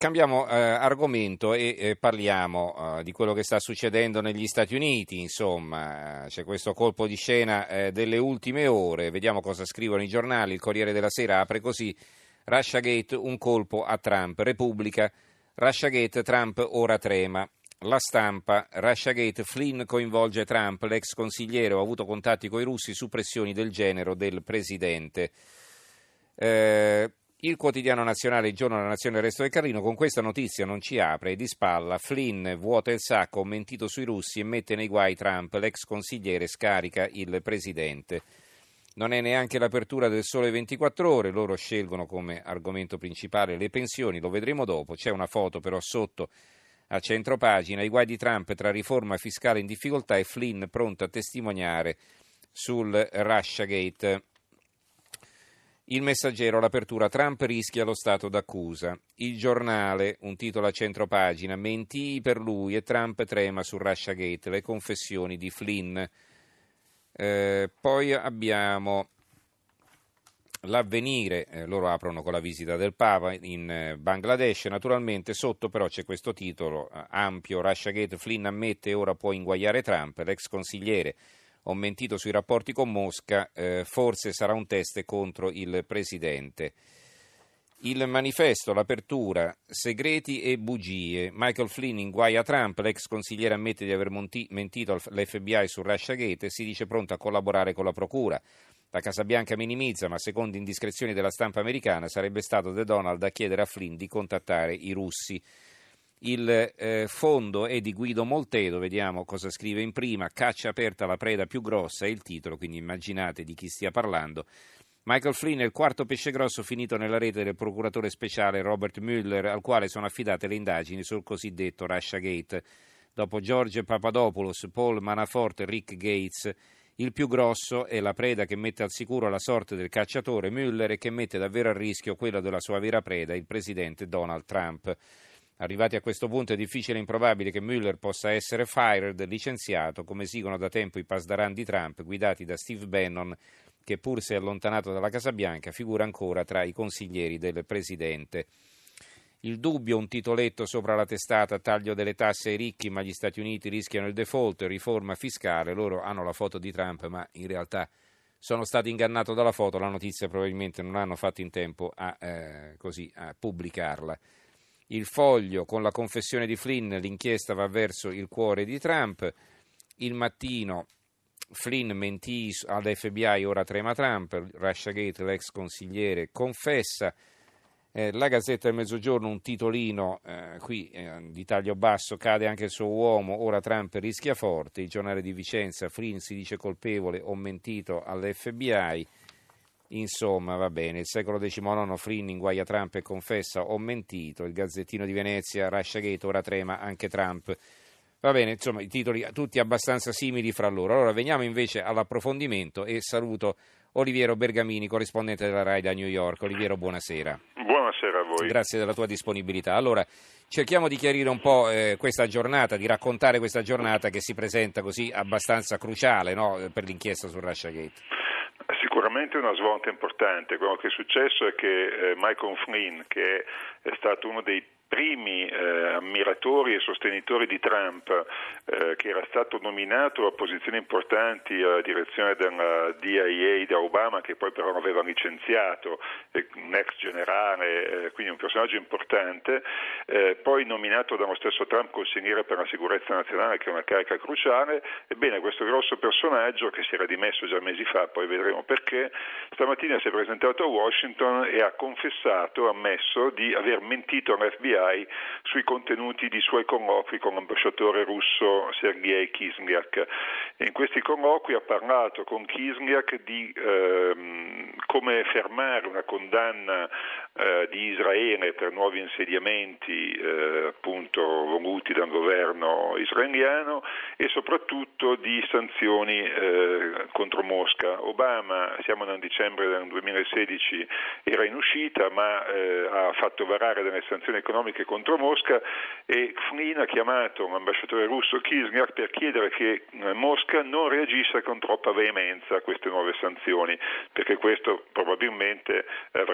Cambiamo argomento e parliamo di quello che sta succedendo negli Stati Uniti. Insomma, c'è questo colpo di scena delle ultime ore. Vediamo cosa scrivono i giornali. Il Corriere della Sera apre così: Russiagate, un colpo a Trump. Repubblica, Russiagate, Trump ora trema. La Stampa, Russiagate, Flynn coinvolge Trump, l'ex consigliere, ho avuto contatti coi russi su pressioni del genero del presidente. Il Quotidiano Nazionale, il Giorno della Nazione, il Resto del Carlino, con questa notizia non ci apre, di spalla. Flynn vuota il sacco, ho mentito sui russi e mette nei guai Trump, l'ex consigliere scarica il presidente. Non è neanche l'apertura del Sole 24 Ore, loro scelgono come argomento principale le pensioni, lo vedremo dopo. C'è una foto però sotto a centropagina, i guai di Trump tra riforma fiscale in difficoltà e Flynn pronto a testimoniare sul Russiagate. Il Messaggero, l'apertura, Trump rischia lo stato d'accusa. Il Giornale, un titolo a centropagina, mentii per lui e Trump trema su Russiagate, le confessioni di Flynn. Poi abbiamo l'Avvenire, loro aprono con la visita del Papa in Bangladesh, naturalmente sotto però c'è questo titolo ampio, Russiagate, Flynn ammette e ora può inguaiare Trump, l'ex consigliere. Ho mentito sui rapporti con Mosca, forse sarà un test contro il presidente. Il Manifesto, l'apertura, segreti e bugie. Michael Flynn inguaia Trump, l'ex consigliere ammette di aver mentito all'FBI su Russiagate e si dice pronto a collaborare con la procura. La Casa Bianca minimizza, ma secondo indiscrezioni della stampa americana sarebbe stato The Donald a chiedere a Flynn di contattare i russi. Il fondo è di Guido Moltedo, vediamo cosa scrive in prima, caccia aperta la preda più grossa è il titolo, quindi immaginate di chi stia parlando. Michael Flynn è il quarto pesce grosso finito nella rete del procuratore speciale Robert Mueller, al quale sono affidate le indagini sul cosiddetto Russiagate. Dopo George Papadopoulos, Paul Manafort e Rick Gates, il più grosso è la preda che mette al sicuro la sorte del cacciatore Mueller e che mette davvero a rischio quella della sua vera preda, il presidente Donald Trump. Arrivati a questo punto è difficile e improbabile che Mueller possa essere fired, licenziato, come esigono da tempo i pasdaran di Trump, guidati da Steve Bannon, che pur se allontanato dalla Casa Bianca figura ancora tra i consiglieri del presidente. Il Dubbio, un titoletto sopra la testata, taglio delle tasse ai ricchi, ma gli Stati Uniti rischiano il default, riforma fiscale, loro hanno la foto di Trump, ma in realtà sono stati ingannati dalla foto, la notizia probabilmente non hanno fatto in tempo a pubblicarla. Il Foglio, con la confessione di Flynn, l'inchiesta va verso il cuore di Trump. Il Mattino, Flynn mentì all'FBI, ora trema Trump. Russiagate, l'ex consigliere, confessa. La Gazzetta del Mezzogiorno, un titolino di taglio basso, cade anche il suo uomo, ora Trump rischia forte. Il Giornale di Vicenza, Flynn si dice colpevole, ho mentito all'FBI. Insomma, va bene, il secolo XIX, Flynn inguaia Trump e confessa ho mentito, il Gazzettino di Venezia, Russiagate, ora trema anche Trump. Va bene, insomma, i titoli tutti abbastanza simili fra loro. Allora, veniamo invece all'approfondimento e saluto Oliviero Bergamini, corrispondente della RAI da New York. Oliviero, buonasera. Buonasera a voi. Grazie della tua disponibilità. Allora, cerchiamo di chiarire un po' questa giornata, di raccontare questa giornata che si presenta così abbastanza cruciale, no, per l'inchiesta su Russiagate. Sicuramente una svolta importante. Quello che è successo è che Michael Flynn, che è stato uno dei primi ammiratori e sostenitori di Trump, che era stato nominato a posizioni importanti alla direzione della DIA da Obama, che poi però aveva licenziato, un ex generale, quindi un personaggio importante, poi nominato dallo stesso Trump consigliere per la sicurezza nazionale, che è una carica cruciale. Ebbene, questo grosso personaggio, che si era dimesso già mesi fa, poi vedremo perché, stamattina si è presentato a Washington e ha confessato, ammesso di aver mentito all'FBI sui contenuti di suoi colloqui con l'ambasciatore russo Sergei Kislyak. E in questi colloqui ha parlato con Kislyak di come fermare una condanna di Israele per nuovi insediamenti appunto voluti dal governo israeliano e soprattutto di sanzioni contro Mosca. Obama, siamo nel dicembre del 2016, era in uscita, ma ha fatto varare delle sanzioni economiche economiche contro Mosca, e Flynn ha chiamato l'ambasciatore russo Kislyak per chiedere che Mosca non reagisca con troppa veemenza a queste nuove sanzioni, perché questo probabilmente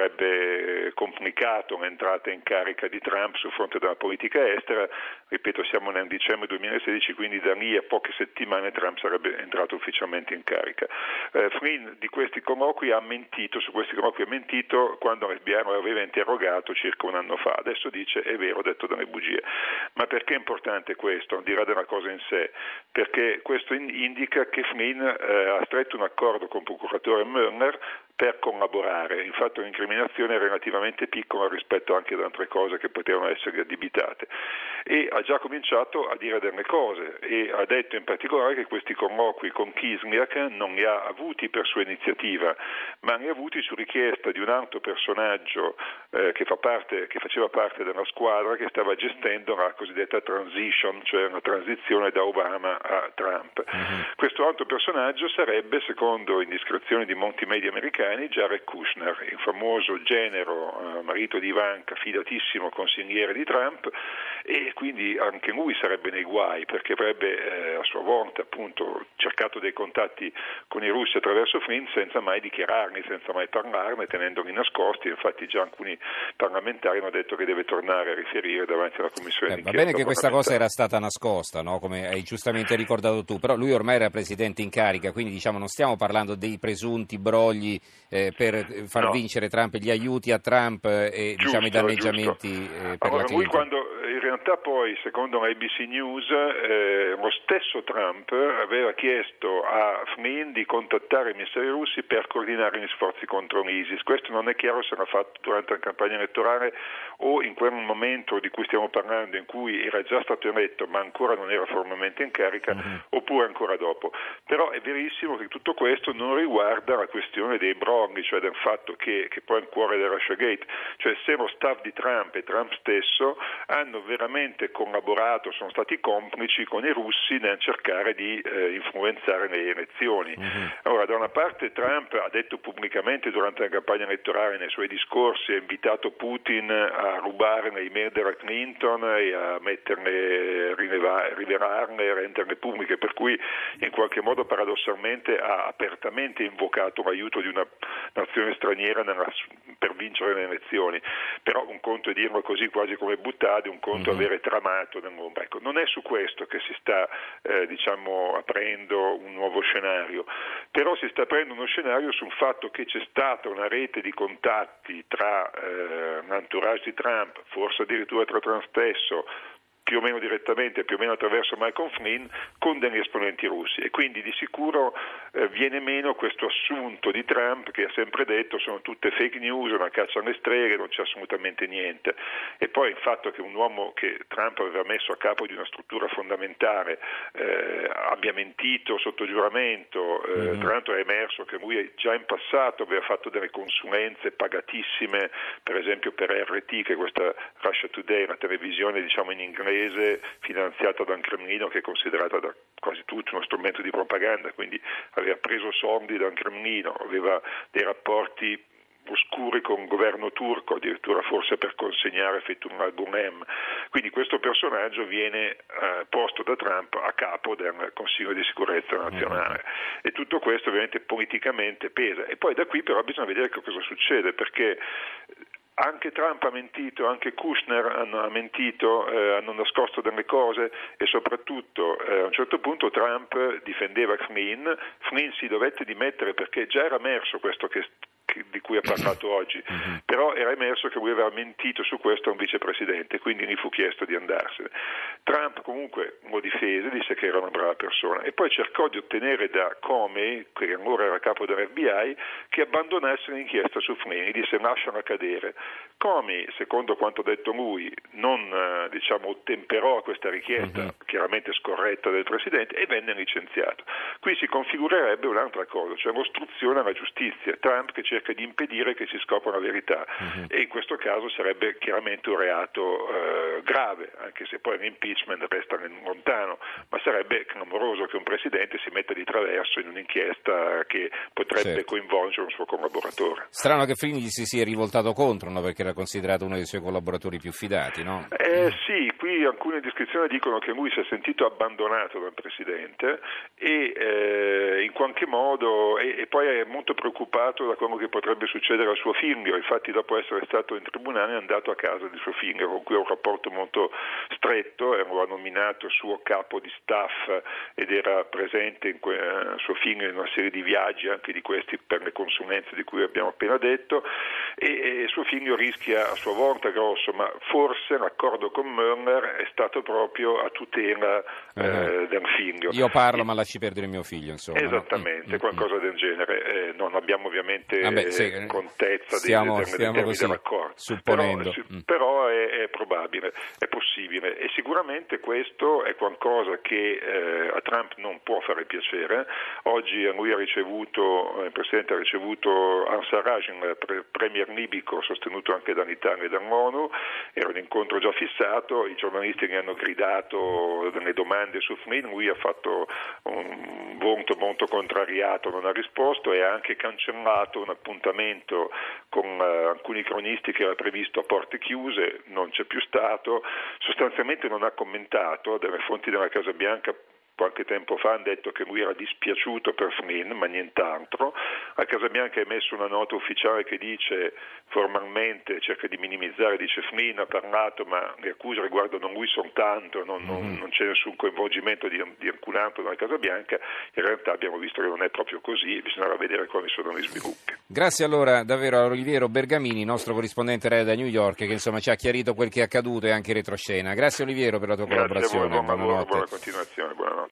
avrebbe complicato l'entrata in carica di Trump sul fronte della politica estera. Ripeto, siamo nel dicembre 2016, quindi da lì a poche settimane Trump sarebbe entrato ufficialmente in carica. Flynn di questi colloqui ha mentito, su questi colloqui ha mentito quando l'FBI lo aveva interrogato circa un anno fa. Adesso dice è vero, ho detto delle bugie. Ma perché è importante questo? Dirà della cosa in sé, perché questo indica che Flynn ha stretto un accordo con il procuratore Mueller per collaborare. Infatti l'incriminazione è relativamente piccola rispetto anche ad altre cose che potevano essere addibitate, e ha già cominciato a dire delle cose, e ha detto in particolare che questi colloqui con Kislyak non li ha avuti per sua iniziativa, ma li ha avuti su richiesta di un altro personaggio che faceva parte della squadra che stava gestendo la cosiddetta transition, cioè la transizione da Obama a Trump. Questo altro personaggio sarebbe, secondo indiscrezioni di molti media americani, Jared Kushner, il famoso genero, marito di Ivanka, fidatissimo consigliere di Trump, e quindi anche lui sarebbe nei guai, perché avrebbe a sua volta appunto cercato dei contatti con i russi attraverso Flynn senza mai dichiararli, senza mai parlarne, tenendoli nascosti. Infatti già alcuni parlamentari hanno detto che deve tornare a riferire davanti alla commissione d'inchiesta. Va bene che questa cosa era stata nascosta, no? Come hai giustamente ricordato tu, però lui ormai era presidente in carica, quindi diciamo non stiamo parlando dei presunti brogli per far vincere Trump, gli aiuti a Trump e giusto, diciamo i danneggiamenti per la Clinton. In realtà poi, secondo l'ABC News, lo stesso Trump aveva chiesto a Flynn di contattare i missili russi per coordinare gli sforzi contro l'ISIS. Questo non è chiaro se l'ha fatto durante la campagna elettorale o in quel momento di cui stiamo parlando, in cui era già stato eletto ma ancora non era formalmente in carica, oppure ancora dopo. Però è verissimo che tutto questo non riguarda la questione dei brogli, cioè del fatto che poi è il cuore del Russiagate, cioè se lo staff di Trump e Trump stesso hanno veramente collaborato, sono stati complici con i russi nel cercare di influenzare le elezioni. Allora, da una parte Trump ha detto pubblicamente durante la campagna elettorale, nei suoi discorsi, ha invitato Putin a rubare le email della Clinton e a metterle, rivelarle e renderle pubbliche, per cui in qualche modo paradossalmente ha apertamente invocato l'aiuto di una nazione straniera per vincere le elezioni. Però un conto è dirlo così quasi come buttare, un conto avere tramato nell'ombra. Ecco, non è su questo che si sta aprendo un nuovo scenario, però si sta aprendo uno scenario sul fatto che c'è stata una rete di contatti tra l'entourage di Trump, forse addirittura tra Trump stesso, più o meno direttamente, più o meno attraverso Michael Flynn, con degli esponenti russi, e quindi di sicuro viene meno questo assunto di Trump che ha sempre detto sono tutte fake news, una caccia alle streghe, non c'è assolutamente niente. E poi il fatto che un uomo che Trump aveva messo a capo di una struttura fondamentale abbia mentito sotto giuramento, tra l'altro è emerso che lui già in passato aveva fatto delle consulenze pagatissime, per esempio per RT, che è questa Russia Today, una televisione diciamo in inglese finanziata dal Cremlino, che è considerata da quasi tutti uno strumento di propaganda, quindi aveva preso soldi dal Cremlino, aveva dei rapporti oscuri con il governo turco, addirittura forse per consegnare Fethullah Gulen. Quindi questo personaggio viene posto da Trump a capo del Consiglio di sicurezza nazionale, e tutto questo ovviamente politicamente pesa. E poi da qui però bisogna vedere che cosa succede, perché anche Trump ha mentito, anche Kushner ha mentito, hanno nascosto delle cose, e soprattutto a un certo punto Trump difendeva Flynn si dovette dimettere perché già era emerso questo di cui ha parlato oggi, però era emerso che lui aveva mentito su questo a un vicepresidente, quindi gli fu chiesto di andarsene. Trump comunque lo difese, disse che era una brava persona, e poi cercò di ottenere da Comey, che allora era capo dell'FBI, che abbandonasse l'inchiesta su Flynn, gli disse lasciala cadere. Comey, secondo quanto detto lui, non ottemperò a questa richiesta, chiaramente scorretta del presidente, e venne licenziato. Qui si configurerebbe un'altra cosa, cioè l'ostruzione alla giustizia, Trump che cerca di impedire che si scopra la verità, e in questo caso sarebbe chiaramente un reato grave, anche se poi l'impeachment resta lontano, ma sarebbe clamoroso che un presidente si metta di traverso in un'inchiesta che potrebbe coinvolgere un suo collaboratore. Strano che Flynn gli si sia rivoltato contro, no? Perché era considerato uno dei suoi collaboratori più fidati, no? Sì, qui alcune descrizioni dicono che lui si è sentito abbandonato dal presidente e in qualche modo e poi è molto preoccupato da quello che potrebbe succedere al suo figlio. Infatti, dopo essere stato in tribunale è andato a casa di suo figlio, con cui ha un rapporto molto stretto, lo ha nominato suo capo di staff ed era presente suo figlio in una serie di viaggi, anche di questi per le consulenze di cui abbiamo appena detto, e suo figlio rischia a sua volta grosso, ma forse l'accordo con Mueller è stato proprio a tutela del figlio. Io parlo ma lasci perdere mio figlio, insomma. Esattamente, qualcosa del genere. Non abbiamo ovviamente contezza dei termini dell'accordo, supponendo. Però è probabile, è possibile, e sicuramente questo è qualcosa che a Trump non può fare piacere. Oggi lui il Presidente ha ricevuto Al-Sarraj, il premier libico sostenuto anche dall'Italia e dall'ONU. Era un incontro già fissato, i giornalisti gli hanno gridato delle domande su Flynn, lui ha fatto un volto molto contrariato, non ha risposto e ha anche cancellato un appuntamento con alcuni cronisti che era previsto a porte chiuse, non c'è più stato, sostanzialmente non ha commentato. Delle fonti della Casa Bianca qualche tempo fa hanno detto che lui era dispiaciuto per Flynn, ma nient'altro. La Casa Bianca ha emesso una nota ufficiale che dice formalmente, cerca di minimizzare, dice Flynn ha parlato, ma le accuse riguardano lui soltanto, non c'è nessun coinvolgimento di alcun altro dalla Casa Bianca. In realtà abbiamo visto che non è proprio così, bisognerà vedere quali sono gli sviluppi. Grazie allora davvero a Oliviero Bergamini, nostro corrispondente RAI da New York, che insomma ci ha chiarito quel che è accaduto e anche in retroscena. Grazie Oliviero per la tua collaborazione. Buona continuazione, buonanotte.